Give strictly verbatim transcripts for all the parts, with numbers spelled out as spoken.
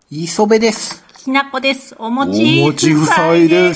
磯部です。 きなこです。お餅お餅夫妻です。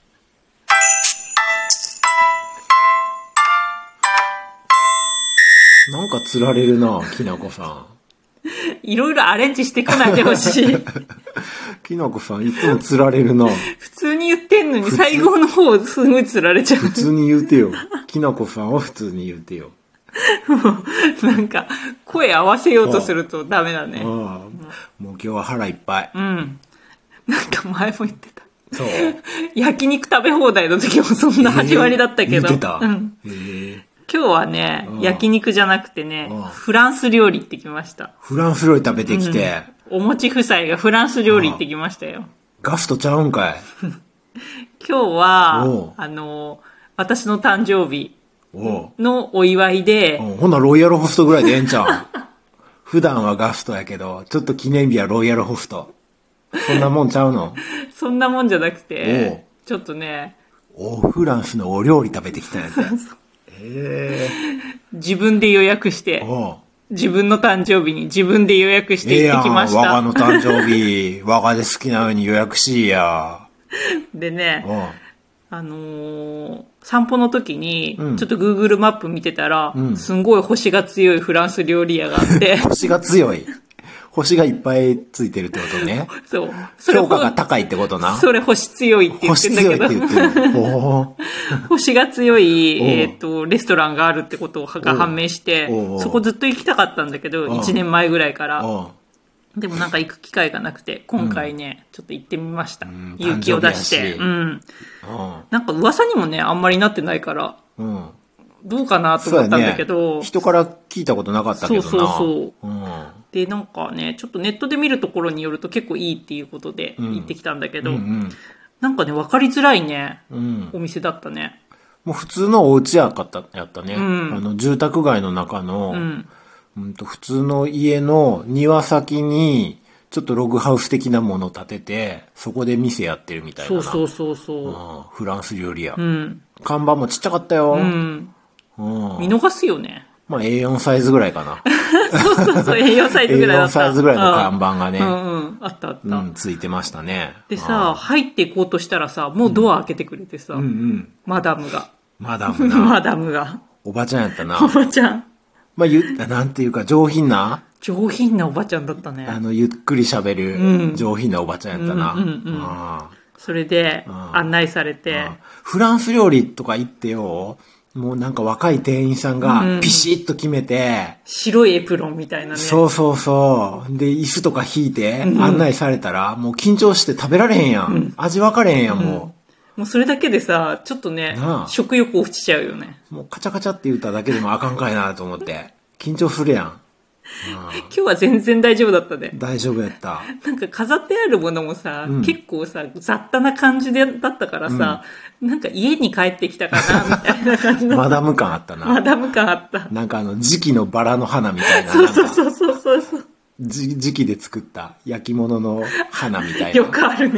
なんか釣られるな、きなこさん。 いろいろアレンジしてこないでほしい。 きなこさんいつも釣られるな。 普通に言ってんのに最後の方すごい釣られちゃう。 普通に言うてよ。きなこさんは普通に言うてよ。 もうなんか声合わせようとするとダメだね。ああ、 もう今日は腹いっぱい。 うん。なんか前も言ってた。 そう。 焼肉食べ放題の時もそんな始まりだったけど。 言ってた。 うん。 へえ。 今日はね、焼肉じゃなくてね、フランス料理行ってきました。 フランス料理食べてきて、 うん、お餅夫妻がフランス料理行ってきましたよ。 ガストちゃうんかい。 今日はあの私の誕生日のお祝いで、 ほなロイヤルホストぐらいでええんちゃう。普段はガストやけどちょっと記念日はロイヤルホスト。そんなもんちゃうの？ そんなもんじゃなくて、ちょっとね、 おフランスのお料理食べてきたんやつ。へ自分で予約して自分の誕生日に自分で予約して行ってきました。 ええやん、我がの誕生日我がで好きなように予約しいや。 でね、あのー、散歩の時にちょっと Google マップ見てたら、うん、すんごい星が強いフランス料理屋があって星が強い星がいっぱいついてるってことね。 そう。 それ評価が高いってことな。 それ星強いって言ってんだけど。 星強いって言ってる。お星が強い、えっと、レストランがあるってことが判明して、そこずっと行きたかったんだけど、いちねんまえぐらいから。でもなんか行く機会がなくて、今回ね、うん、ちょっと行ってみました。うん、勇気を出して。うん。なんか噂にもね、あんまりなってないから、うん、どうかなと思ったんだけど、 ね、人から聞いたことなかったけどな。 そうそうそう。うんで、なんかね、ちょっとネットで見るところによると結構いいっていうことで行ってきたんだけど、うんうんうん、なんかね、分かりづらいね、うん、お店だったね。 もう普通のお家やかったやったね。うん、あの住宅街の中の、うんうん、と普通の家の庭先に、ちょっとログハウス的なものを建てて、そこで店やってるみたいな。 そうそうそうそう、 うん。フランス料理屋、うん。看板もちっちゃかったよ。うんうん、見逃すよね。 まあ エーよん サイズぐらいかな。 そうそうそう、エーよん サイズぐらいだった。 エーよん サイズぐらいの看板がね、 うんうん、あったあった、 うん、ついてましたね。 でさ、入っていこうとしたらさ、もうドア開けてくれてさ、うんうんうん、マダムが。 マダムな。 マダムが。 おばちゃんやったな。 おばちゃん。 まあ、ゆ、なんていうか上品な上品なおばちゃんだったね。 あの、ゆっくり喋る、うん、上品なおばちゃんやったな。うんうんうん、 あそれで、案内されて。 フランス料理とか行ってよ、もうなんか若い店員さんがピシッと決めて、うん、 白いエプロンみたいなね。 そうそうそう。で、椅子とか引いて案内されたら、うん、もう緊張して食べられへんやん。うん、味分かれへんやん、もう。うん、もうそれだけでさ、ちょっとね、食欲落ちちゃうよね。 もうカチャカチャって言っただけでもあかんかいなと思って。緊張するやん。 今日は全然大丈夫だったね。 大丈夫やった。 なんか飾ってあるものもさ、うん、結構さ、雑多な感じでだったからさ、うん、なんか家に帰ってきたかな、みたいな感じの。 マダム感あったな。 マダム感あった。 なんかあの、時期のバラの花みたいな。 そうそうそうそうそうそう。 時期で作った焼き物の花みたいな。 よくあるね。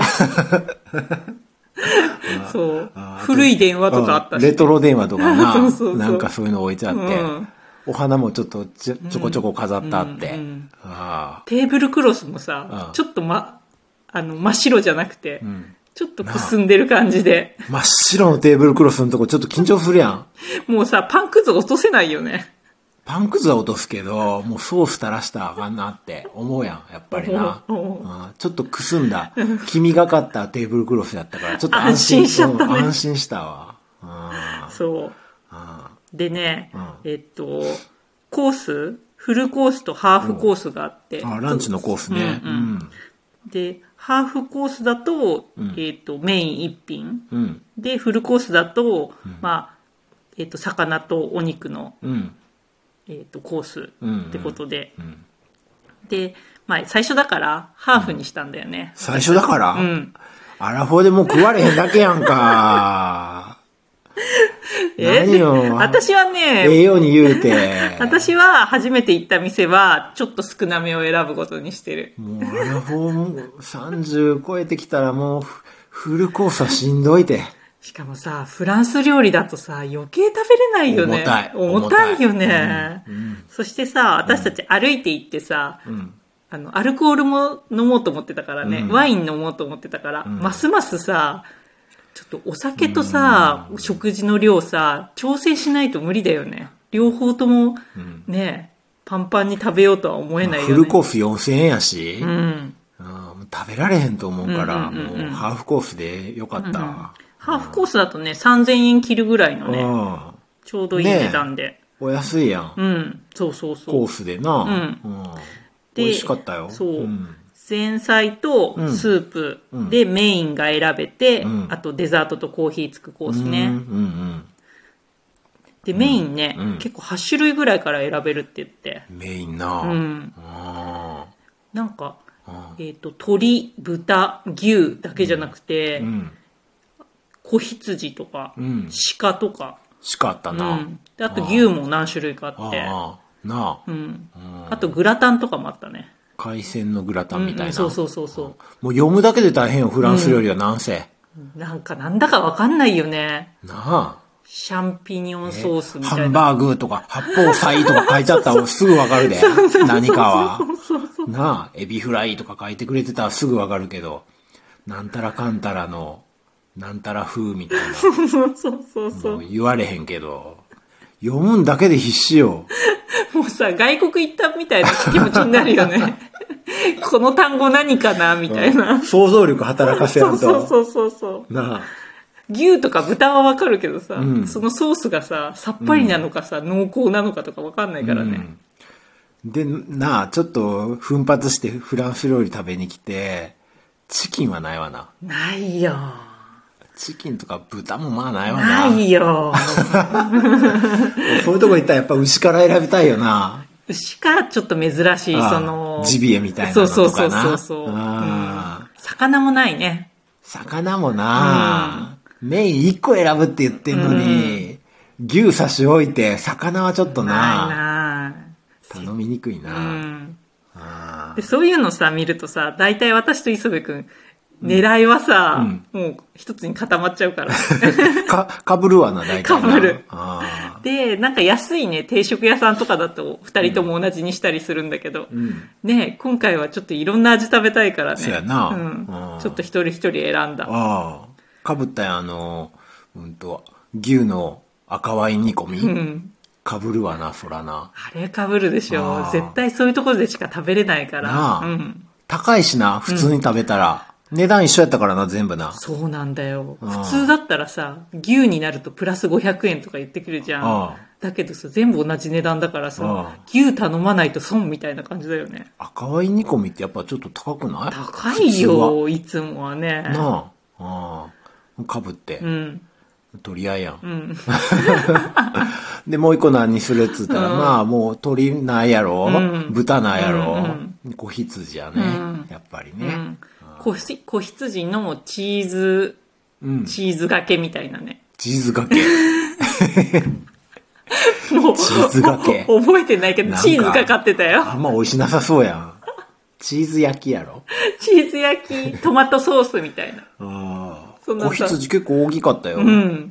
そう。古い電話とかあったし。 レトロ電話とかな。そうそうそう。なんかそういうの置いてあって。うんお花もちょっとちょちょこちょこ飾ってあって、うんうんうん、 あテーブルクロスもさちょっと、ま、あの真っ白じゃなくて、うん、ちょっとくすんでる感じで真っ白のテーブルクロスのとこちょっと緊張するやん。 もうさパンくず落とせないよね。 パンくずは落とすけどもうソース垂らしたらあかんなって思うやんやっぱりな、うん、ちょっとくすんだ黄みがかったテーブルクロスだったからちょっと安心安心しちゃったね、 安心したわ。 そうでね、うん、えっとコースフルコースとハーフコースがあって、 うん、あランチのコースね、うんうん、 でハーフコースだと、うんえっとメインいっ品、うん、でフルコースだと、うんまあえっと魚とお肉の、うんえっとコースってことで、うんうんうん、で、まあ、最初だからハーフにしたんだよね、 うん、最初だから、うん、アラフォーでもう食われへんだけやんか。 え何よ私はねええように言うて私は初めて行った店はちょっと少なめを選ぶことにしてる。 もうアラフォーさんじゅう超えてきたらもうフルコースはしんどいて。 しかもさフランス料理だとさ余計食べれないよね。 重たい重たいよね、うんうん、そしてさ私たち歩いて行ってさ、 うん、 あの、アルコールも飲もうと思ってたからね、うん、ワイン飲もうと思ってたから、うん、ますますさ、ちょっとお酒とさ、うん、食事の量さ、調整しないと無理だよね。両方とも、ね、パンパンに食べようとは思えないよね。 フルコースよんせんえんやし、うん、食べられへんと思うから、うんうんうんうん、もうハーフコースでよかった。うんうん、 ハーフコースだとね、さんぜんえん切るぐらいのね、ちょうどいい値段で。ね、 お安いやん。 うん、そうそうそう。 コースでな。うん。うん、美味しかったよ。 そう。うん、前菜とスープでメインが選べて、うん、あとデザートとコーヒーつくコースね。うんうんうん、で、メインね、うん、結構はち種類ぐらいから選べるって言って。 メインな。うん。あなんか、えっと、鶏、豚、牛だけじゃなくて、うん、子羊とか、うん、鹿とか。 鹿あったな。うん、 であと牛も何種類かあって。ああなあ、うん。あとグラタンとかもあったね。 海鮮のグラタンみたいな。うんうん、 そうそうそうそう。 もう読むだけで大変よ、フランス料理はなんせ。 うん、なんかなんだかわかんないよね。 なあ。 シャンピニオンソースみたいな。 ハンバーグとか八宝菜とか書いてあったらすぐわかるで。何かは。なあ、エビフライとか書いてくれてたらすぐわかるけど、なんたらかんたらの、なんたら風みたいな。 そうそうそうそう。 もう言われへんけど、読むんだけで必死よ。 もうさ、外国行ったみたいな気持ちになるよね。この単語何かなみたいな、うん。想像力働かせやんと。 そうそうそうそう。なあ。牛とか豚はわかるけどさ、うん、そのソースがさ、さっぱりなのかさ、うん、濃厚なのかとかわかんないからね。 うん、で、なあ、ちょっと奮発してフランス料理食べに来て、チキンはないわな。 ないよ。 チキンとか豚もまあないわな。 ないよ。 そういうとこ行ったらやっぱ牛から選びたいよな。 牛かちょっと珍しい、その。 ジビエみたいなのとかな。 そうそうそうそう、うん。魚もないね。 魚もな、うん、メインいっこ選ぶって言ってんのに、うん、牛差し置いて、魚はちょっとな。ないな。頼みにくいな。うん、 あでそういうのさ、見るとさ、大体私と磯部くん、狙いはさ、うん、もう一つに固まっちゃうから。 か、かぶるわな、大体。 かぶる。あで、なんか安いね、定食屋さんとかだと二人とも同じにしたりするんだけど、うん、ね、今回はちょっといろんな味食べたいからね。 そうやな。うん、ちょっと一人一人選んだ。 ああ。かぶったやん、あの、うんと、牛の赤ワイン煮込み。うん、かぶるわな、そらな。 あれかぶるでしょ。絶対そういうところでしか食べれないから。なあ、うん、 高いしな、普通に食べたら。うん値段一緒やったからな、全部な。 そうなんだよ。普通だったらさ、牛になるとプラスごひゃくえんとか言ってくるじゃん。だけどさ、全部同じ値段だからさ、牛頼まないと損みたいな感じだよね。 赤ワイン煮込みってやっぱちょっと高くない？ 高いよ、いつもはね。 なあ。ああ。かぶって。うん。取り合いやん。うん。で、もう一個何にするっつったら、うん、まあもう鶏ないやろ、うん、豚ないやろ、うんうん、子羊やね、うん、やっぱりね。うん子羊のチーズ、うん、チーズがけみたいなね。 チーズがけもう、 チーズがけ。 覚えてないけど、チーズかかってたよ。 あんま美味しなさそうやん。チーズ焼きやろチーズ焼き、トマトソースみたいな。ああ。子羊結構大きかったよ。 うん。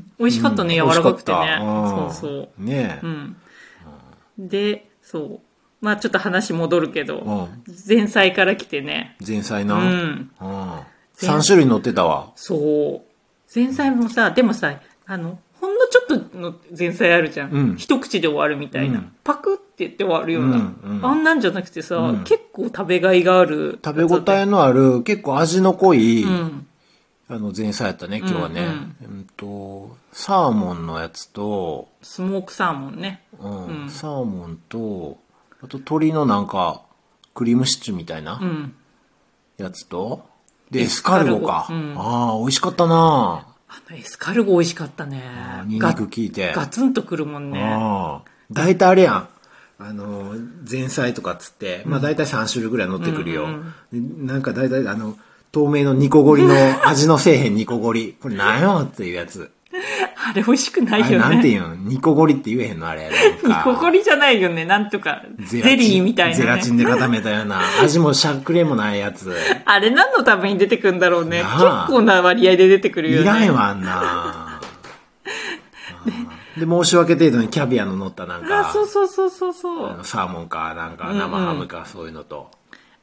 美味しかったね、うん、柔らかくてね。そうそう。ねえ。うん。で、そう。まあちょっと話戻るけど、うん、前菜から来てね。 前菜な。うん。うん、さん種類乗ってたわ。 そう。前菜もさ、でもさ、あの、ほんのちょっとの前菜あるじゃん。うん、一口で終わるみたいな。うん、パクって言って終わるような。うんうん、あんなんじゃなくてさ、うん、結構食べがいがある。 食べ応えのある、結構味の濃い、うん、あの前菜やったね、今日はね。うんうんうんと、サーモンのやつと、 スモークサーモンね。 うん。うん、サーモンと、あと鶏のなんかクリームシチューみたいなやつと、うん、でエスカルゴか、うん、ああ美味しかったなあのエスカルゴ美味しかったね。 ニンニク効いてガツンとくるもんね。あ大体あれやん、あの前菜とかっつって、うん、まあ大体さん種類ぐらい乗ってくるよ、うんうん、なんか大体あの透明のニコゴリの味のせえへんニコゴリこれ何よっていうやつあれ美味しくないよね。 なんていうのニコゴリって言えへんのあれ。 ニコゴリじゃないよね。なんとか、ゼリーみたいな、ね。 ゼラチンで固めたような。味もシャックレもないやつ。 あれ何のために出てくるんだろうね。結構な割合で出てくるよね。 いらんよ、あんな。で、申し訳程度にキャビアの乗ったなんか。 あ、そうそうそうそうそう。 サーモンか、なんか生ハムか、うんうん、そういうのと。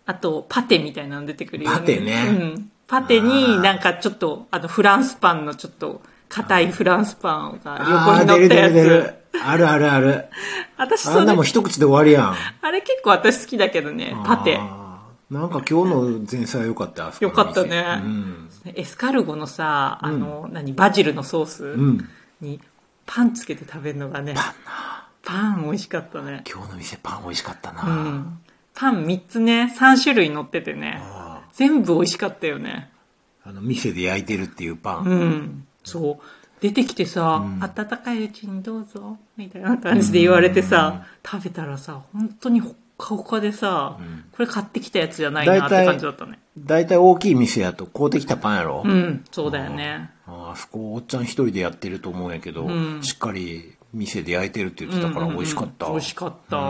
あと、パテみたいなの出てくるよね。 パテね。 うん。パテになんかちょっと、あの、フランスパンのちょっと、硬いフランスパンが横に乗ったやつ。 あ, 出る出る出るあるあるある。 私それ。 あんなもん一口で終わりやん。 あれ結構私好きだけどね、パテ。 なんか今日の前菜良かった。 よかったね、うん。エスカルゴのさ、あの、うん、何、バジルのソースにパンつけて食べるのがね。 パンな。 パン美味しかったね。 今日の店パン美味しかったな。 うん。パンみっつね、さん種類乗っててね。全部美味しかったよね。 あの、店で焼いてるっていうパン。 うん。そう。出てきてさ、うん、温かいうちにどうぞ、みたいな感じで言われてさ、食べたらさ、本当にほっかほかでさ、うん、これ買ってきたやつじゃないなって感じだったね。 だいたい大きい店やと買うてきたパンやろ？ うん、そうだよね。 ああそこおっちゃん一人でやってると思うんやけど、うん、しっかり店で焼いてるって言ってたから美味しかった。 うんうんうん、美味しかった。うん、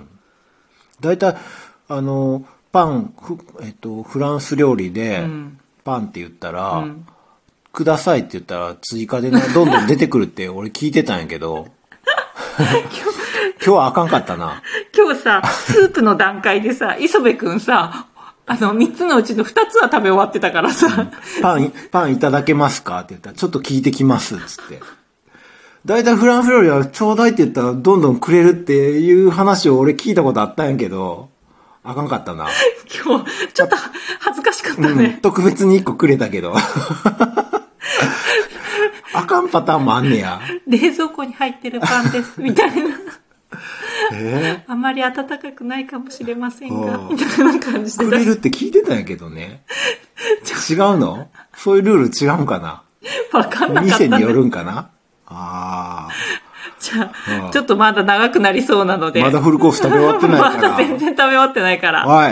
だいたい、あの、パン、えっと、フランス料理で、パンって言ったら、うん、くださいって言ったら追加で、ね、どんどん出てくるって俺聞いてたんやけど今日はあかんかったな。 今日さスープの段階でさ磯部くんさあのみっつのうちのふたつは食べ終わってたからさパンパンいただけますかって言ったらちょっと聞いてきますっつってだいたいフランス料理はちょうだいって言ったらどんどんくれるっていう話を俺聞いたことあったんやけどあかんかったな。 今日ちょっと恥ずかしかったね、 うん、特別にいっこくれたけどあかんパターンもあんねや。 冷蔵庫に入ってるパンですみたいなえー、あまり温かくないかもしれませんがみたいな感じでくれるって聞いてたんやけどね違うの？そういうルール違うんかな。 分かんなかった、ね、 店によるんかな。あじゃあちょっとまだ長くなりそうなのでまだフルコース食べ終わってないからまだ全然食べ終わってないからはい